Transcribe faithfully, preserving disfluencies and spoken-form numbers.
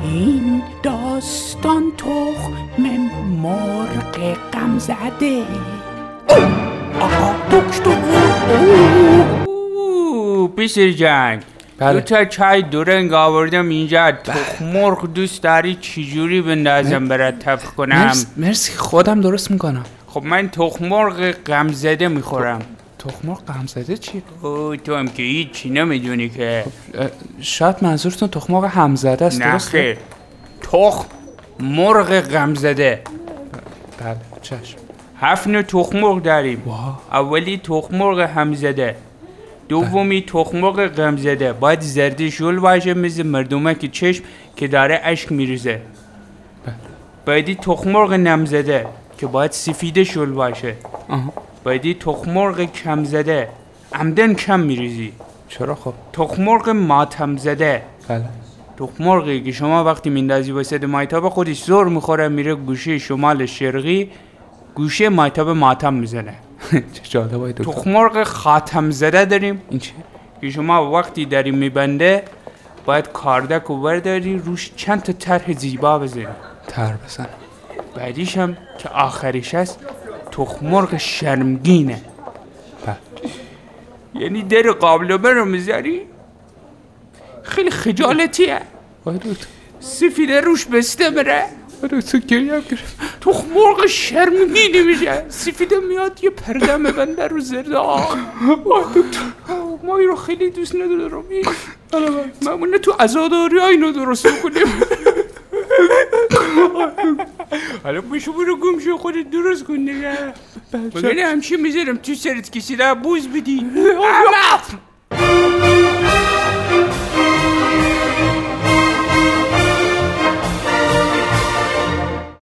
این داستان تخم مرغ غم زده. آقا دکتر. بیسر جنگ دو تا چای دورنگ آوردم اینجا. تخم مرغ دوست داری چجوری بندازم برات طبخ کنم؟ مرسی, مرسی خودم درست میکنم. خب من تخم مرغ غم زده میخورم. تخم مرغ غم زده چی؟ اوه تو هم که هیچی نمیدونی که. شاید منظورتون تخم مرغ هم زده است. نه خیر، تخم مرغ غم زده. بله چشم. هفت نوع تخم مرغ داریم. واه. اولی تخم مرغ هم زده، دومی تخم مرغ غم زده باید زرد شل باشه مثل مردمک چشم که داره اشک میریزه. بعدی تخم مرغ نم زده که باید سفید شل باشه. آها. بعدی تخم مرغ کم زده عمدن کم میریزی. چرا خب؟ تخم مرغ ماتم زده. بله. تخم مرغی که شما وقتی میندازی واسه مایتاب خودش زور میخوره میره گوشه شمال شرقی، گوشه مایتاب ماتم میزنه. چه جالبه دکتر. تخم مرغ خاتم زده داریم. این چی؟ که شما وقتی داری میبنده باید کاردک رو برداری روش چند تا طرح زیبا بزنی. تر بزن. بعدیش هم که آخریش هست تخم مرغ شرمگینه. بله. یعنی در قابلمه رو میذاری خیلی خجالتیه. وای دکتر. سفیده روش بسته میره. وای دکتر گریم گرفت. تخم مرغ شرمگینی میشه. سفیده میاد یه پرده میبنده رو زرده. وای دکتر ما این رو خیلی دوست ندارم. ممونه تو عزاداری ها اینو درست بکنیم. حالا بشو برو گمشو خودت درست کن دیگه. بگنه همچی میذارم تو سرت کسی ده بوز بدی.